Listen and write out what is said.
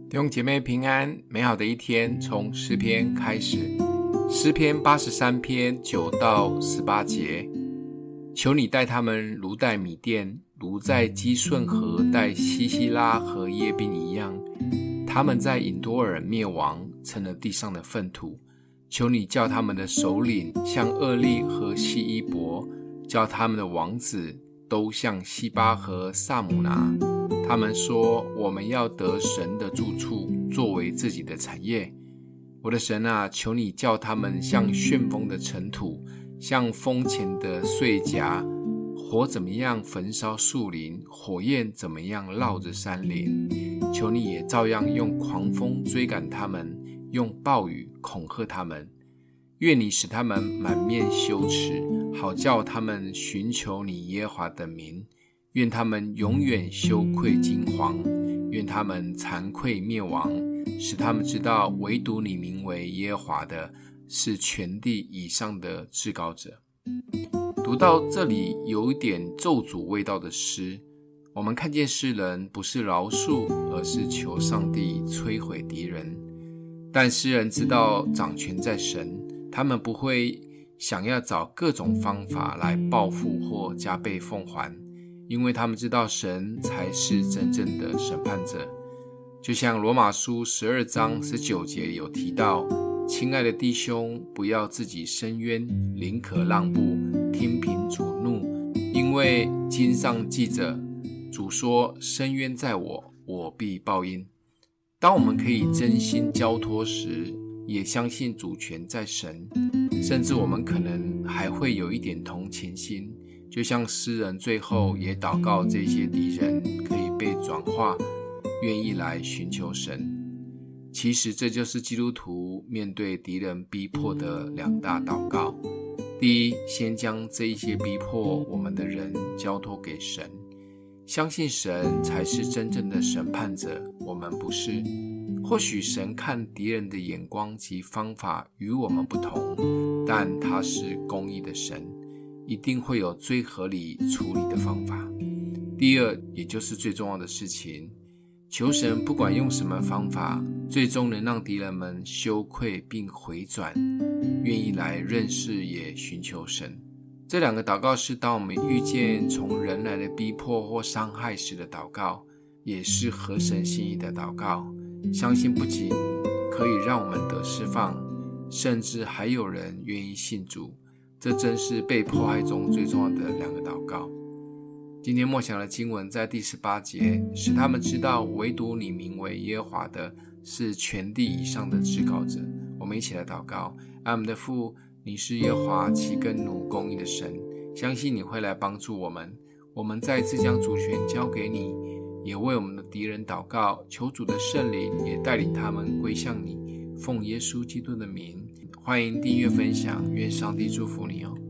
弟兄姐妹平安，美好的一天从诗篇开始。诗篇83篇9到18节，求你待他们如待米甸，如在基顺河待西西拉和耶宾一样。他们在隐多尔灭亡，成了地上的粪土。求你叫他们的首领像厄利和希伊伯，叫他们的王子都像西巴和萨姆拿。他们说，我们要得神的住处，作为自己的产业。我的神啊，求你叫他们像旋风的尘土，像风前的碎荚。火怎么样焚烧树林，火焰怎么样绕着山林。求你也照样用狂风追赶他们，用暴雨恐吓他们。愿你使他们满面羞耻，好叫他们寻求你耶和华的名。愿他们永远羞愧惊惶，愿他们惭愧灭亡，使他们知道唯独你名为耶和华的，是全地以上的至高者。读到这里有一点咒诅味道的诗，我们看见诗人不是饶恕，而是求上帝摧毁敌人。但诗人知道掌权在神，他们不会想要找各种方法来报复或加倍奉还，因为他们知道神才是真正的审判者。就像罗马书12章19节有提到，亲爱的弟兄，不要自己伸冤，宁可让步，听凭主怒。因为经上记着，主说，伸冤在我，我必报应。当我们可以真心交托时，也相信主权在神，甚至我们可能还会有一点同情心，就像诗人最后也祷告这些敌人可以被转化，愿意来寻求神。其实这就是基督徒面对敌人逼迫的两大祷告。第一，先将这一些逼迫我们的人交托给神，相信神才是真正的审判者，我们不是。或许神看敌人的眼光及方法与我们不同，但他是公义的神，一定会有最合理处理的方法。第二，也就是最重要的事情，求神不管用什么方法，最终能让敌人们羞愧并回转，愿意来认识也寻求神。这两个祷告是当我们遇见从人来的逼迫或伤害时的祷告，也是合神心意的祷告。相信不仅可以让我们得释放，甚至还有人愿意信主。这真是被迫害中最重要的两个祷告。今天默想的经文在第18节，使他们知道唯独你名为耶和华的，是全地以上的至高者。我们一起来祷告。爱我们的父，你是耶和华其根努公义的神，相信你会来帮助我们。我们再次将主权交给你，也为我们的敌人祷告，求主的圣灵也带领他们归向你。奉耶稣基督的名，欢迎订阅分享，愿上帝祝福你哦。